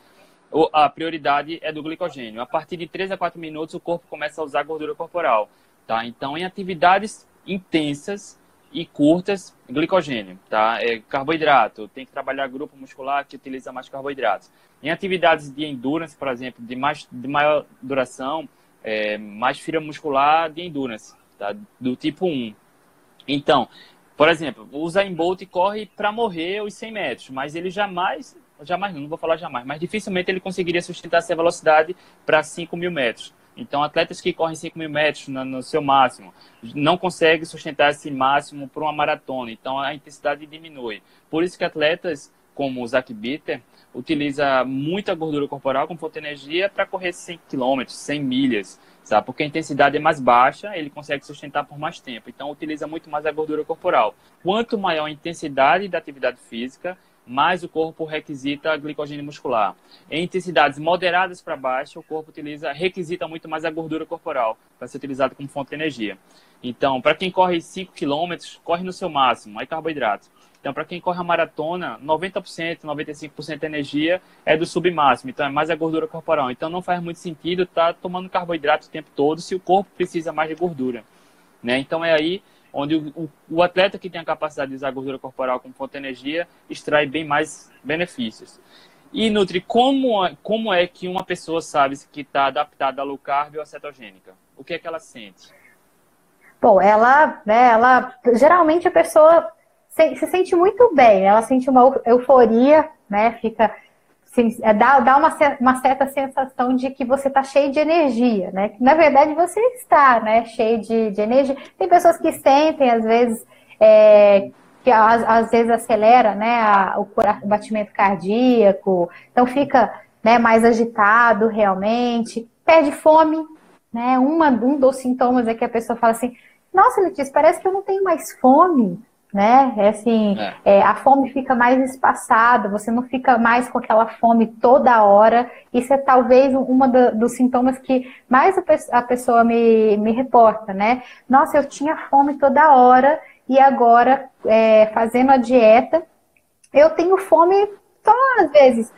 a prioridade é do glicogênio. A partir de três a quatro minutos, o corpo começa a usar gordura corporal, tá? Então, em atividades intensas e curtas, glicogênio, tá? É carboidrato, tem que trabalhar grupo muscular que utiliza mais carboidratos. Em atividades de endurance, por exemplo, de, mais, de maior duração, é, mais fibra muscular de endurance, tá? Do tipo um. Então, por exemplo, o Usain Bolt corre para morrer os cem metros, mas ele jamais, jamais não, não vou falar jamais, mas dificilmente ele conseguiria sustentar essa velocidade para cinco mil metros. Então, atletas que correm cinco mil metros no, no seu máximo, não conseguem sustentar esse máximo por uma maratona. Então, a intensidade diminui. Por isso que atletas como o Zach Bitter utiliza muita gordura corporal como fonte de energia para correr cem quilômetros, cem milhas, sabe? Porque a intensidade é mais baixa, ele consegue sustentar por mais tempo. Então, utiliza muito mais a gordura corporal. Quanto maior a intensidade da atividade física, mais o corpo requisita glicogênio muscular. Em intensidades moderadas para baixo, o corpo utiliza, requisita muito mais a gordura corporal para ser utilizada como fonte de energia. Então, para quem corre cinco quilômetros, corre no seu máximo, aí carboidrato. Então, para quem corre a maratona, noventa por cento, noventa e cinco por cento da energia é do submáximo, então é mais a gordura corporal. Então, não faz muito sentido estar tá tomando carboidrato o tempo todo se o corpo precisa mais de gordura, né? Então, é aí onde o, o atleta que tem a capacidade de usar a gordura corporal como fonte de energia extrai bem mais benefícios. E, Nutri, como, como é que uma pessoa sabe que está adaptada a low carb ou a cetogênica? O que é que ela sente? Bom, ela, né, ela, geralmente a pessoa se, se sente muito bem, ela sente uma euforia, né, fica, se, dá, dá uma, uma certa sensação de que você está cheio de energia, né, que na verdade você está, né, cheio de, de energia. Tem pessoas que sentem, às vezes, é, que às, às vezes acelera, né, a, o, o batimento cardíaco, então fica, né, mais agitado realmente, perde fome, né, uma, um dos sintomas é que a pessoa fala assim, nossa, Letícia, parece que eu não tenho mais fome, né? É assim, é. É, a fome fica mais espaçada, você não fica mais com aquela fome toda hora. Isso é talvez um dos sintomas que mais a pessoa me, me reporta, né? Nossa, eu tinha fome toda hora e agora, é, fazendo a dieta, eu tenho fome só às vezes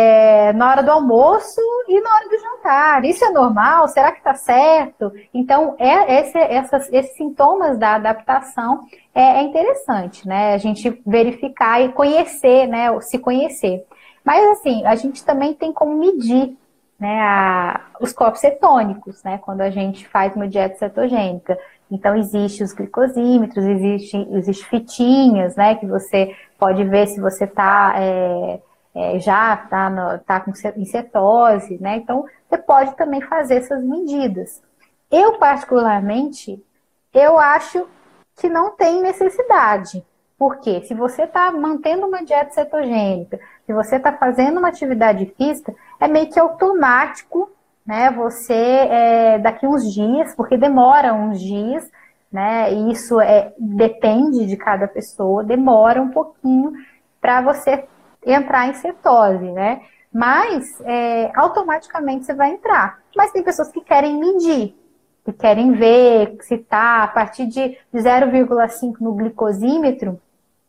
É, na hora do almoço e na hora do jantar. Isso é normal? Será que está certo? Então, é, esse, essas, esses sintomas da adaptação é, é interessante, né? A gente verificar e conhecer, né? Se conhecer. Mas, assim, a gente também tem como medir, né, a, os corpos cetônicos, né? Quando a gente faz uma dieta cetogênica. Então, existem os glicosímetros, existem existe fitinhas, né? Que você pode ver se você está... É, É, já está tá com em cetose, né? Então, você pode também fazer essas medidas. Eu, particularmente, eu acho que não tem necessidade. Porque se você está mantendo uma dieta cetogênica, se você está fazendo uma atividade física, é meio que automático, né? Você, é, daqui uns dias, porque demora uns dias, né? E isso é, depende de cada pessoa, demora um pouquinho para você entrar em cetose, né? Mas é, automaticamente você vai entrar. Mas tem pessoas que querem medir, que querem ver se está a partir de zero vírgula cinco no glicosímetro,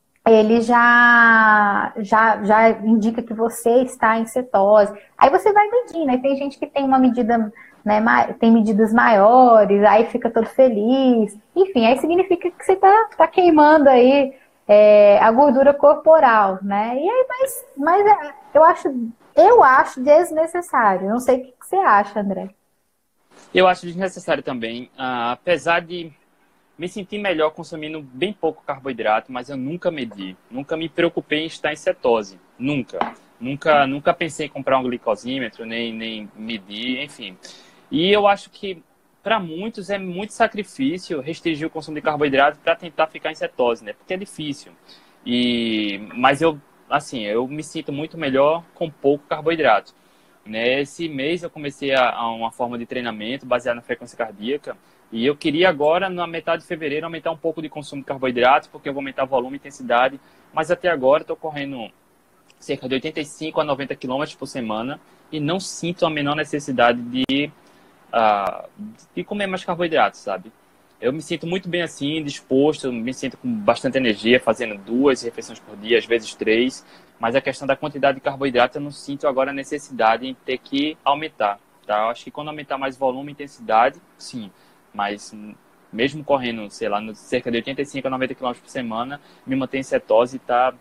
ele já, já, já indica que você está em cetose. Aí você vai medir, né? Tem gente que tem uma medida, né, tem medidas maiores, aí fica todo feliz. Enfim, aí significa que você está tá queimando aí É, a gordura corporal, né? E aí, mas, mas eu acho, eu acho desnecessário. Não sei o que você acha, André. Eu acho desnecessário também, ah, apesar de me sentir melhor consumindo bem pouco carboidrato, mas eu nunca medi, nunca me preocupei em estar em cetose, nunca. Nunca, nunca pensei em comprar um glicosímetro, nem, nem medir, enfim. E eu acho que para muitos é muito sacrifício restringir o consumo de carboidrato para tentar ficar em cetose, né? Porque é difícil. E, mas eu, assim, eu me sinto muito melhor com pouco carboidrato. Né? Esse mês eu comecei a, a uma forma de treinamento baseada na frequência cardíaca e eu queria agora, na metade de fevereiro, aumentar um pouco de consumo de carboidrato, porque eu vou aumentar volume e intensidade, mas até agora estou correndo cerca de oitenta e cinco a noventa quilômetros por semana e não sinto a menor necessidade de, uh, de comer mais carboidrato, sabe? Eu me sinto muito bem assim, disposto, me sinto com bastante energia, fazendo duas refeições por dia, às vezes três, mas a questão da quantidade de carboidrato eu não sinto agora a necessidade em ter que aumentar, tá? Eu acho que quando aumentar mais volume e intensidade, sim, mas mesmo correndo, sei lá, cerca de oitenta e cinco a noventa quilômetros por semana, me mantém em cetose e tá...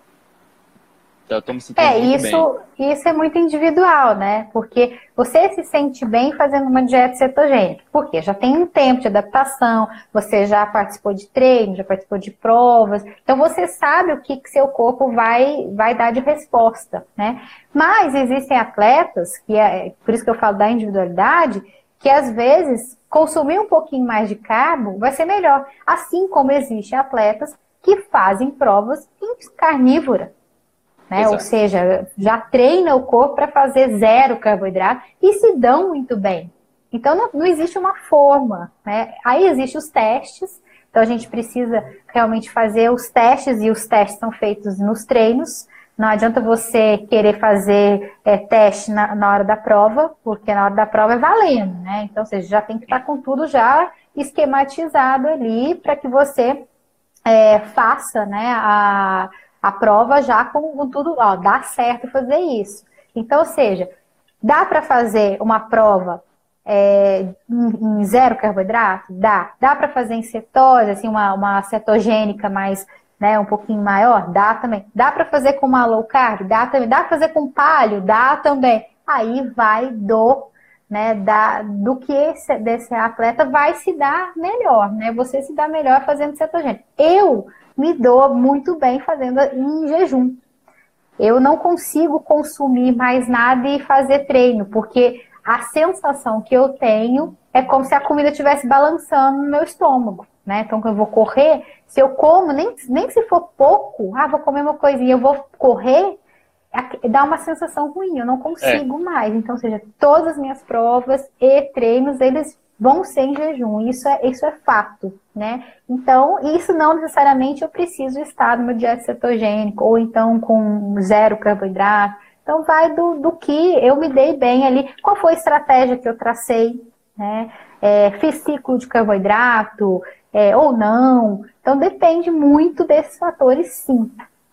Eu tô me sentindo É, muito isso, bem. isso é muito individual, né? Porque você se sente bem fazendo uma dieta cetogênica. Por quê? Já tem um tempo de adaptação, você já participou de treino, já participou de provas, então você sabe o que, que seu corpo vai, vai dar de resposta, né? Mas existem atletas, que é por isso que eu falo da individualidade, que às vezes consumir um pouquinho mais de carbo vai ser melhor. Assim como existem atletas que fazem provas carnívoras. Né? Ou seja, já treina o corpo para fazer zero carboidrato e se dão muito bem. Então, não, não existe uma forma. Né? Aí existem os testes, então a gente precisa realmente fazer os testes, e os testes são feitos nos treinos. Não adianta você querer fazer é, teste na, na hora da prova, porque na hora da prova é valendo. Né? Então, ou seja, já tem que estar com tudo já esquematizado ali para que você é, faça, né, a... a prova já com, com tudo, ó, dá certo fazer isso. Então, ou seja, dá para fazer uma prova é, em, em zero carboidrato? Dá. Dá para fazer em cetose, assim, uma, uma cetogênica mais, né, um pouquinho maior? Dá também. Dá para fazer com uma low carb? Dá também. Dá para fazer com paleo? Dá também. Aí vai do, né, da, do que esse, desse atleta vai se dar melhor, né? Você se dá melhor fazendo cetogênica. Eu me dou muito bem fazendo em jejum. Eu não consigo consumir mais nada e fazer treino, porque a sensação que eu tenho é como se a comida estivesse balançando no meu estômago, né? Então, quando eu vou correr, se eu como, nem, nem se for pouco, ah, vou comer uma coisinha, eu vou correr, dá uma sensação ruim, eu não consigo é. mais. Então, ou seja, todas as minhas provas e treinos, eles vão ser em jejum, isso é, isso é fato, né? Então, isso não necessariamente eu preciso estar numa dieta cetogênica, ou então com zero carboidrato. Então, vai do, do que eu me dei bem ali, qual foi a estratégia que eu tracei, né? É, fiz ciclo de carboidrato, é, ou não. Então, depende muito desses fatores, sim.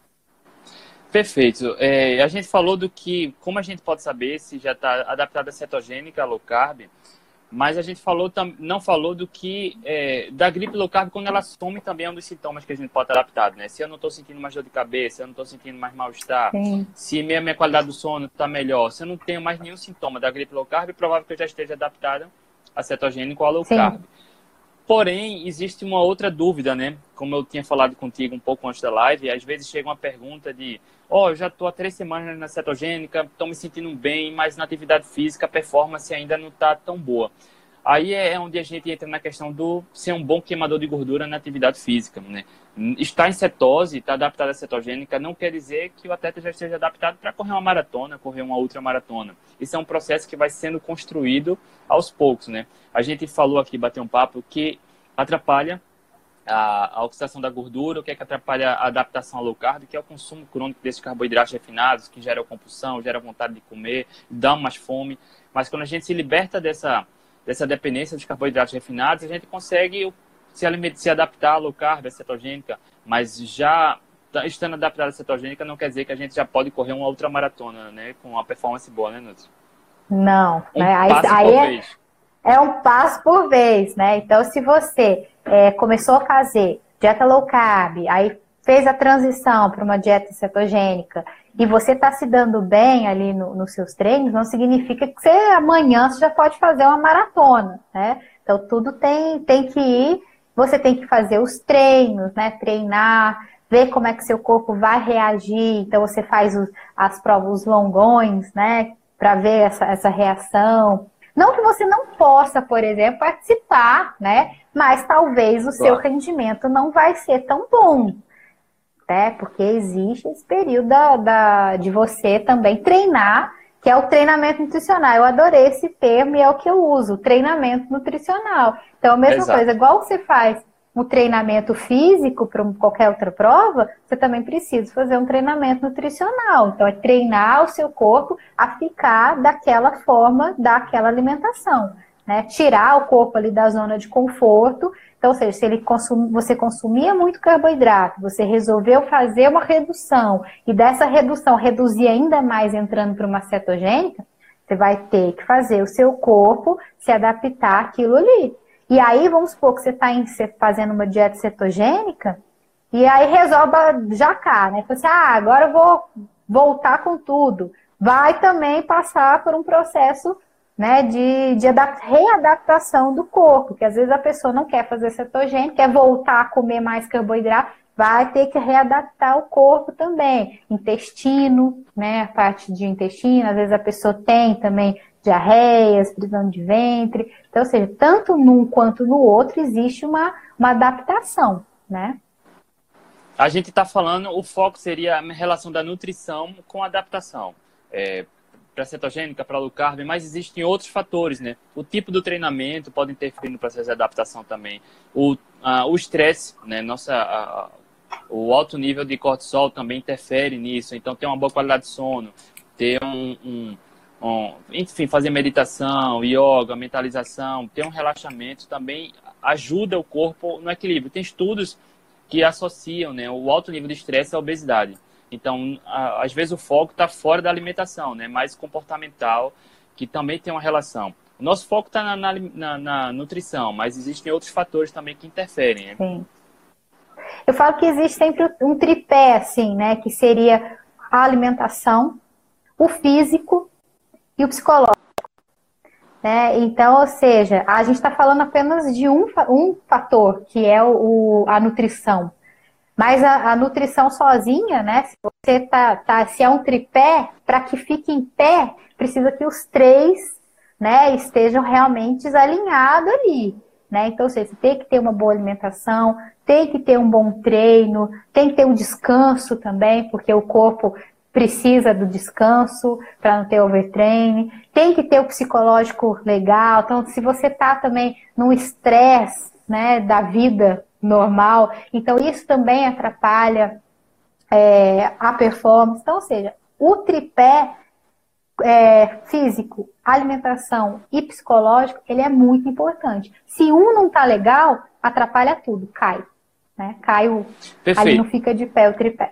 Perfeito. É, a gente falou do que, como a gente pode saber se já está adaptada a cetogênica, a low carb, mas a gente falou, não falou do que, é, da gripe low carb, quando ela some também é um dos sintomas que a gente pode estar adaptado, né? Se eu não estou sentindo mais dor de cabeça, se eu não estou sentindo mais mal-estar, se minha, minha qualidade do sono está melhor, se eu não tenho mais nenhum sintoma da gripe low carb, é provável que eu já esteja adaptada a cetogênico ou a low Sim. carb. Porém, existe uma outra dúvida, né? Como eu tinha falado contigo um pouco antes da live, às vezes chega uma pergunta de ó, oh, eu já estou há três semanas na cetogênica, estou me sentindo bem, mas na atividade física a performance ainda não está tão boa. Aí é onde a gente entra na questão do ser um bom queimador de gordura na atividade física, né? Estar em cetose, estar adaptado à cetogênica, não quer dizer que o atleta já esteja adaptado para correr uma maratona, correr uma ultramaratona. Isso é um processo que vai sendo construído aos poucos, né? A gente falou aqui, bateu um papo, que atrapalha a, a oxidação da gordura, o que é que atrapalha a adaptação ao low carb, que é o consumo crônico desses carboidratos refinados, que gera compulsão, gera vontade de comer, dá mais fome. Mas quando a gente se liberta dessa, dessa dependência dos carboidratos refinados, a gente consegue se, se adaptar à low carb, à cetogênica, mas já estando adaptado à cetogênica não quer dizer que a gente já pode correr uma ultramaratona, né, com uma performance boa, né, Nutri? Não. Um né? passo aí, por aí vez. É, é um passo por vez, né? Então, se você é, começou a fazer dieta low carb, aí fez a transição para uma dieta cetogênica e você está se dando bem ali no, nos seus treinos, não significa que você amanhã você já pode fazer uma maratona, né? Então, tudo tem, tem que ir, você tem que fazer os treinos, né? Treinar, ver como é que seu corpo vai reagir. Então, você faz os, as provas, os longões, né? Para ver essa, essa reação. Não que você não possa, por exemplo, participar, né? Mas talvez o seu rendimento não vai ser tão bom, né? Porque existe esse período da, da, de você também treinar, que é o treinamento nutricional. Eu adorei esse termo e é o que eu uso, treinamento nutricional. Então, a mesma Exato. coisa, igual você faz um treinamento físico para qualquer outra prova, você também precisa fazer um treinamento nutricional. Então, é treinar o seu corpo a ficar daquela forma, daquela alimentação, né? Tirar o corpo ali da zona de conforto. Então, ou seja, se ele consum... você consumia muito carboidrato, você resolveu fazer uma redução, e dessa redução reduzir ainda mais entrando para uma cetogênica, você vai ter que fazer o seu corpo se adaptar àquilo ali. E aí, vamos supor que você está fazendo uma dieta cetogênica, e aí resolve já cá, né? Fala assim, ah, agora eu vou voltar com tudo. Vai também passar por um processo, né, de, de readaptação do corpo, que às vezes a pessoa não quer fazer cetogênica, quer voltar a comer mais carboidrato, vai ter que readaptar o corpo também. Intestino, né, a parte de intestino, às vezes a pessoa tem também diarreias, prisão de ventre. Então, ou seja, tanto num quanto no outro existe uma, uma adaptação, né? A gente está falando, o foco seria a relação da nutrição com a adaptação. É, para cetogênica, para low carb, mas existem outros fatores, né? O tipo do treinamento pode interferir no processo de adaptação também. O a, o estresse, né? Nossa, a, o alto nível de cortisol também interfere nisso. Então, ter uma boa qualidade de sono, ter um, um, um enfim, fazer meditação, yoga, mentalização, ter um relaxamento também ajuda o corpo no equilíbrio. Tem estudos que associam, né, o alto nível de estresse à obesidade. Então, a, às vezes o foco está fora da alimentação, né, mais comportamental, que também tem uma relação. O nosso foco está na, na, na, na nutrição, mas existem outros fatores também que interferem. Né? Sim. Eu falo que existe sempre um tripé, assim, né, que seria a alimentação, o físico e o psicológico. Né? Então, ou seja, a gente está falando apenas de um, um fator, que é o, a nutrição. Mas a, a nutrição sozinha, né? Se você tá, tá, se é um tripé, para que fique em pé, precisa que os três, né, estejam realmente alinhados ali. Né? Então, ou seja, você tem que ter uma boa alimentação, tem que ter um bom treino, tem que ter um descanso também, porque o corpo precisa do descanso para não ter overtraining, tem que ter o psicológico legal. Então, se você está também no estresse, né, da vida normal, então isso também atrapalha é, a performance. Então, ou seja, o tripé é, físico, alimentação e psicológico, ele é muito importante. Se um não tá legal, atrapalha tudo, cai. Né? Cai o... Perfeito. Ali não fica de pé o tripé.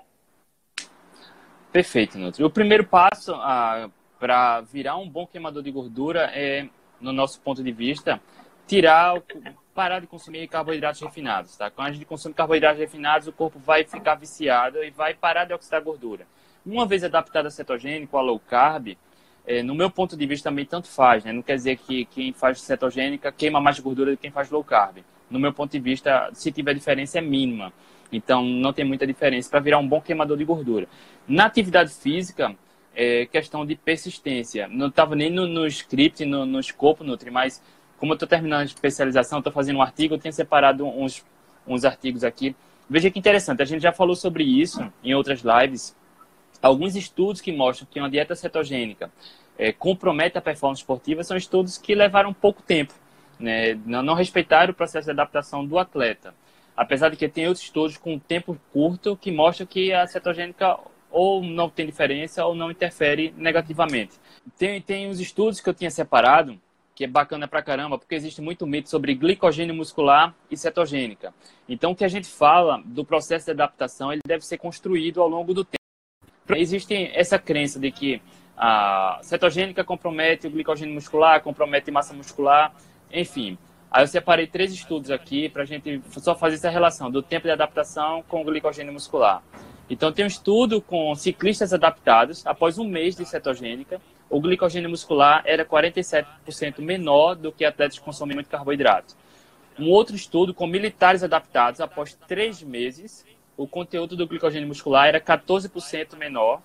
Perfeito, Nutri. O primeiro passo ah, para virar um bom queimador de gordura é, no nosso ponto de vista, tirar, o, parar de consumir carboidratos refinados. Tá? Quando a gente consome carboidratos refinados, o corpo vai ficar viciado e vai parar de oxidar gordura. Uma vez adaptado a cetogênico, a low carb, é, no meu ponto de vista também tanto faz. Né? Não quer dizer que quem faz cetogênica queima mais gordura do que quem faz low carb. No meu ponto de vista, se tiver diferença, é mínima. Então, não tem muita diferença para virar um bom queimador de gordura. Na atividade física, é questão de persistência. Não estava nem no, no script, no, no escopo, Nutri, mas como eu estou terminando a especialização, estou fazendo um artigo, eu tenho separado uns, uns artigos aqui. Veja que interessante, a gente já falou sobre isso em outras lives. Alguns estudos que mostram que uma dieta cetogênica é, compromete a performance esportiva são estudos que levaram pouco tempo. Né? Não, não respeitaram o processo de adaptação do atleta. Apesar de que tem outros estudos com tempo curto que mostram que a cetogênica ou não tem diferença ou não interfere negativamente. Tem, tem uns estudos que eu tinha separado, que é bacana pra caramba, porque existe muito mito sobre glicogênio muscular e cetogênica. Então, o que a gente fala do processo de adaptação, ele deve ser construído ao longo do tempo. Existe essa crença de que a cetogênica compromete o glicogênio muscular, compromete massa muscular, enfim. Aí eu separei três estudos aqui para a gente só fazer essa relação do tempo de adaptação com o glicogênio muscular. Então, tem um estudo com ciclistas adaptados. Após um mês de cetogênica, o glicogênio muscular era quarenta e sete por cento menor do que atletas que consomem muito carboidrato. Um outro estudo com militares adaptados, após três meses, o conteúdo do glicogênio muscular era quatorze por cento menor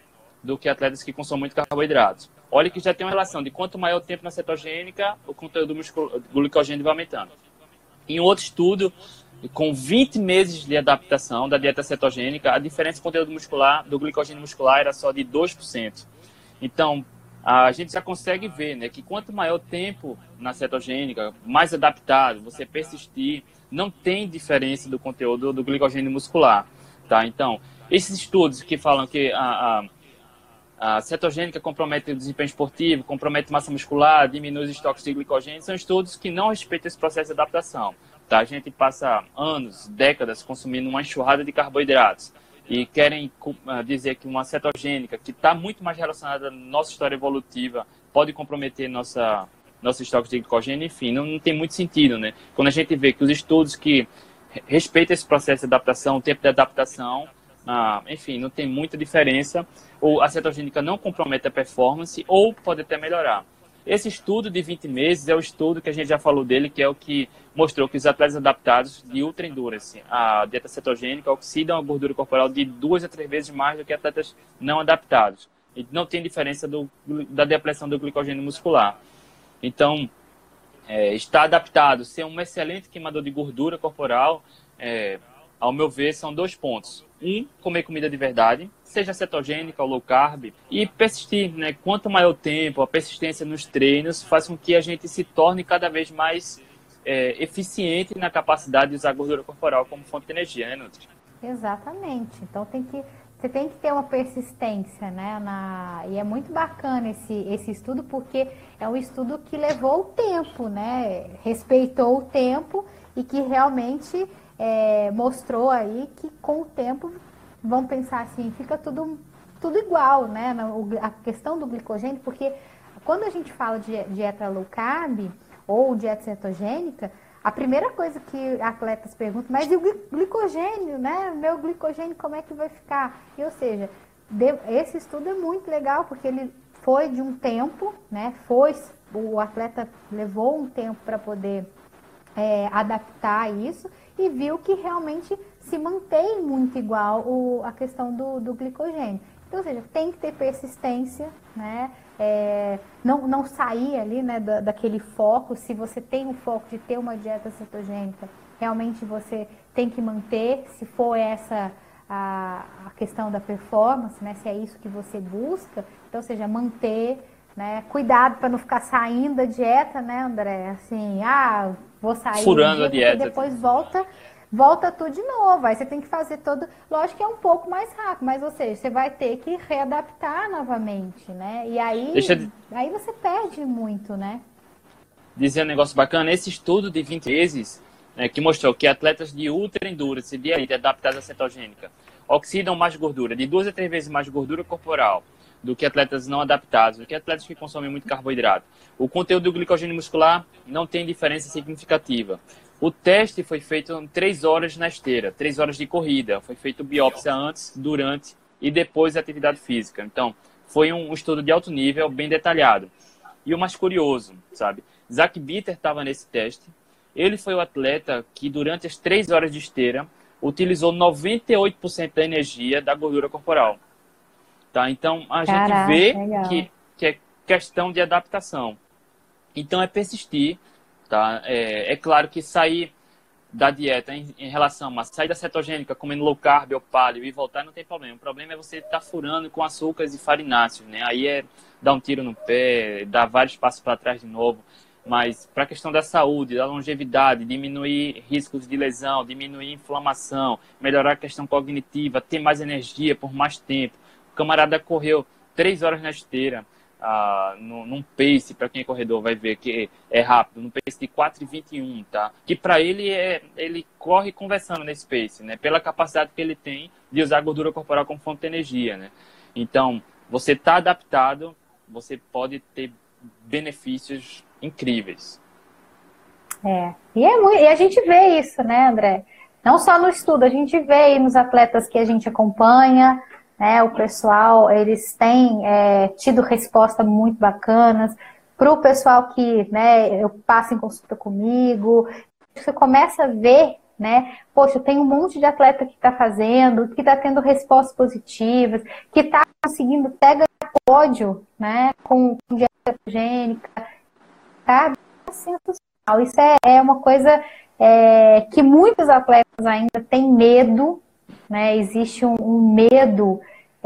do que atletas que consomem muito carboidrato. Olha que já tem uma relação de quanto maior o tempo na cetogênica, o conteúdo do glicogênio vai aumentando. Em outro estudo, com vinte meses de adaptação da dieta cetogênica, a diferença do conteúdo muscular, do glicogênio muscular era só de dois por cento. Então, a gente já consegue ver, né, que quanto maior o tempo na cetogênica, mais adaptado, você persistir, não tem diferença do conteúdo do glicogênio muscular, tá? Então, esses estudos que falam que a, a, a cetogênica compromete o desempenho esportivo, compromete massa muscular, diminui os estoques de glicogênio, são estudos que não respeitam esse processo de adaptação, tá? A gente passa anos, décadas consumindo uma enxurrada de carboidratos e querem uh, dizer que uma cetogênica, que está muito mais relacionada à nossa história evolutiva, pode comprometer nossa, nosso estoque de glicogênio, enfim, não, não tem muito sentido, né? Quando a gente vê que os estudos que respeitam esse processo de adaptação, o tempo de adaptação, uh, enfim, não tem muita diferença, ou a cetogênica não compromete a performance, ou pode até melhorar. Esse estudo de vinte meses é o estudo que a gente já falou dele, que é o que mostrou que os atletas adaptados de ultra endurance, a dieta cetogênica, oxidam a gordura corporal de duas a três vezes mais do que atletas não adaptados. E não tem diferença do, da depressão do glicogênio muscular. Então, é, estar adaptado, ser um excelente queimador de gordura corporal, é, ao meu ver, são dois pontos. Um, comer comida de verdade, seja cetogênica ou low carb, e persistir, né? Quanto maior o tempo, a persistência nos treinos faz com que a gente se torne cada vez mais é, eficiente na capacidade de usar a gordura corporal como fonte de energia, né, Nutri? Exatamente. Então tem que, você tem que ter uma persistência, né? Na, e é muito bacana esse, esse estudo, porque é um estudo que levou o tempo, né? Respeitou o tempo e que realmente é, mostrou aí que com o tempo, vamos pensar assim, fica tudo, tudo igual, né? A questão do glicogênio, porque quando a gente fala de dieta low carb ou dieta cetogênica, a primeira coisa que atletas perguntam, mas e o glicogênio, né? Meu glicogênio, como é que vai ficar? E, ou seja, esse estudo é muito legal, porque ele foi de um tempo, né? Foi, o atleta levou um tempo para poder é, adaptar isso e viu que realmente se mantém muito igual o, a questão do, do glicogênio. Então, ou seja, tem que ter persistência, né? É, não, não sair ali, né, da, daquele foco. Se você tem o foco de ter uma dieta cetogênica, realmente você tem que manter, se for essa a, a questão da performance, né, se é isso que você busca, então, ou seja, manter, né, cuidado para não ficar saindo da dieta, né, André? Assim, ah, vou sair furando dia, a dieta, depois volta... volta tudo de novo, aí você tem que fazer todo... Lógico que é um pouco mais rápido, mas, ou seja, você vai ter que readaptar novamente, né? E aí, Deixa eu... aí você perde muito, né? dizer um negócio bacana, esse estudo de vinte meses, né, que mostrou que atletas de ultra endurance, de elite adaptados à cetogênica, oxidam mais gordura, de duas a três vezes mais gordura corporal, do que atletas não adaptados, do que atletas que consomem muito carboidrato. O conteúdo do glicogênio muscular não tem diferença significativa. O teste foi feito em três horas na esteira, três horas de corrida. Foi feito biópsia antes, durante e depois da atividade física. Então, foi um estudo de alto nível, bem detalhado. E o mais curioso, sabe? Zach Bitter estava nesse teste. Ele foi o atleta que, durante as três horas de esteira, utilizou noventa e oito por cento da energia da gordura corporal. Tá? Então, a Caraca, gente vê que, que é questão de adaptação. Então, é persistir. Tá? É, é claro que sair da dieta em, em relação a sair da cetogênica, comendo low carb ou paleo e voltar, não tem problema. O problema é você estar tá furando com açúcares e farináceos, né? Aí é dar um tiro no pé, dar vários passos para trás de novo. Mas para a questão da saúde, da longevidade, diminuir riscos de lesão, diminuir inflamação, melhorar a questão cognitiva, ter mais energia por mais tempo. O camarada correu três horas na esteira. Ah, num, num pace, para quem é corredor vai ver que é rápido, num pace de quatro e vinte e um, tá? Que para ele, é, ele corre conversando nesse pace, né? Pela capacidade que ele tem de usar a gordura corporal como fonte de energia, né? Então, você está adaptado, você pode ter benefícios incríveis. É, e, é muito, e a gente vê isso, né, André? Não só no estudo, a gente vê aí nos atletas que a gente acompanha, né, o pessoal, eles têm é, tido respostas muito bacanas. Para o pessoal que, né, eu passo em consulta comigo, você começa a ver né? Poxa, tem um monte de atleta que está fazendo, que está tendo respostas positivas, que está conseguindo até ganhar pódio, né? Com, com dieta cetogênica, tá? Sensacional. Isso é, é uma coisa é, que muitos atletas ainda têm medo, né? Existe um, um medo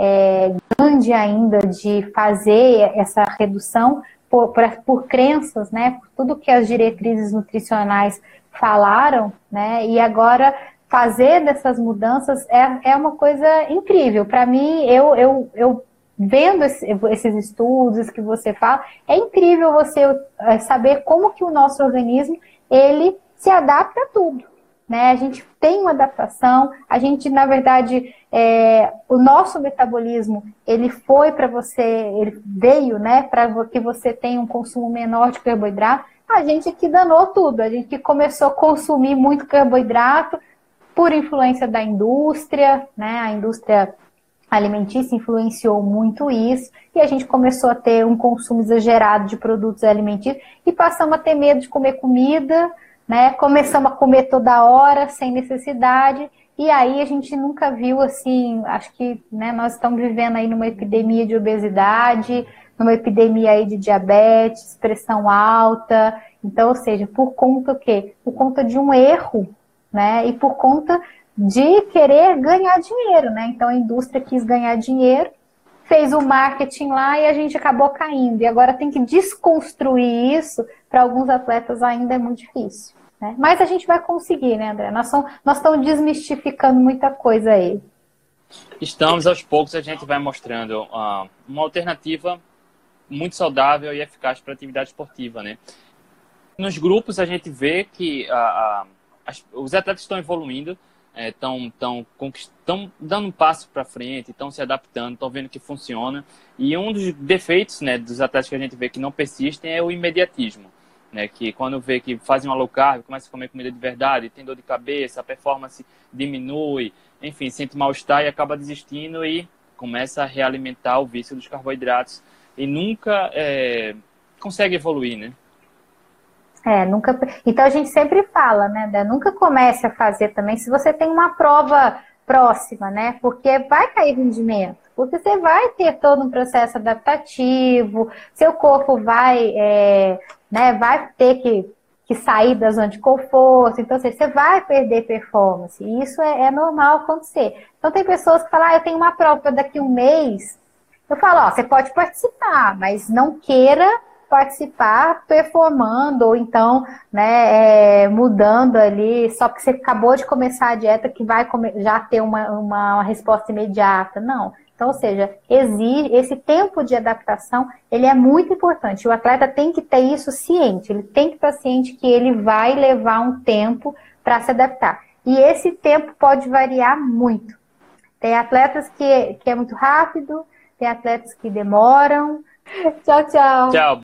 é, grande ainda de fazer essa redução por, por, por crenças, né? Por tudo que as diretrizes nutricionais falaram, né? E agora fazer dessas mudanças é, é uma coisa incrível. Para mim, eu, eu, eu vendo esse, esses estudos que você fala, é incrível você saber como que o nosso organismo, ele se adapta a tudo, né? A gente tem uma adaptação, a gente, na verdade, é, o nosso metabolismo, ele foi para você, ele veio, né, para que você tenha um consumo menor de carboidrato. A gente que danou tudo, a gente que começou a consumir muito carboidrato por influência da indústria, né? A indústria alimentícia influenciou muito isso, e a gente começou a ter um consumo exagerado de produtos alimentícios e passamos a ter medo de comer comida, né? Começamos a comer toda hora, sem necessidade, e aí a gente nunca viu assim, acho que, né, nós estamos vivendo aí numa epidemia de obesidade, numa epidemia aí de diabetes, pressão alta, então, ou seja, por conta o quê? Por conta de um erro, né? E por conta de querer ganhar dinheiro, né? Então a indústria quis ganhar dinheiro, fez o marketing lá e a gente acabou caindo. E agora tem que desconstruir isso, para alguns atletas ainda é muito difícil, né? Mas a gente vai conseguir, né, André? Nós, somos, nós estamos desmistificando muita coisa aí. Estamos, aos poucos, a gente vai mostrando uh, uma alternativa muito saudável e eficaz para a atividade esportiva, né? Nos grupos a gente vê que uh, uh, as, os atletas estão evoluindo, estão tão, tão dando um passo para frente, estão se adaptando, estão vendo que funciona. E um dos defeitos, né, dos atletas que a gente vê que não persistem é o imediatismo, né, que quando vê que fazem uma low carb, começa a comer comida de verdade, tem dor de cabeça, a performance diminui, enfim, sente mal-estar e acaba desistindo e começa a realimentar o vício dos carboidratos e nunca é, consegue evoluir, né? É, nunca. Então a gente sempre fala, né, Dé? Nunca comece a fazer também se você tem uma prova próxima, né? Porque vai cair rendimento, porque você vai ter todo um processo adaptativo, seu corpo vai, é, né, vai ter que, que sair da zona de conforto, então assim, você vai perder performance, e isso é, é normal acontecer. Então tem pessoas que falam, ah, eu tenho uma prova daqui a um mês, eu falo, ó, você pode participar, mas não queira participar performando, ou então, né, é, mudando ali, só porque você acabou de começar a dieta que vai já ter uma, uma, uma resposta imediata. Não. Então, ou seja, exige, esse tempo de adaptação, ele é muito importante. O atleta tem que ter isso ciente, ele tem que estar ciente que ele vai levar um tempo para se adaptar. E esse tempo pode variar muito. Tem atletas que, que é muito rápido, tem atletas que demoram. Tchau, tchau. Tchau.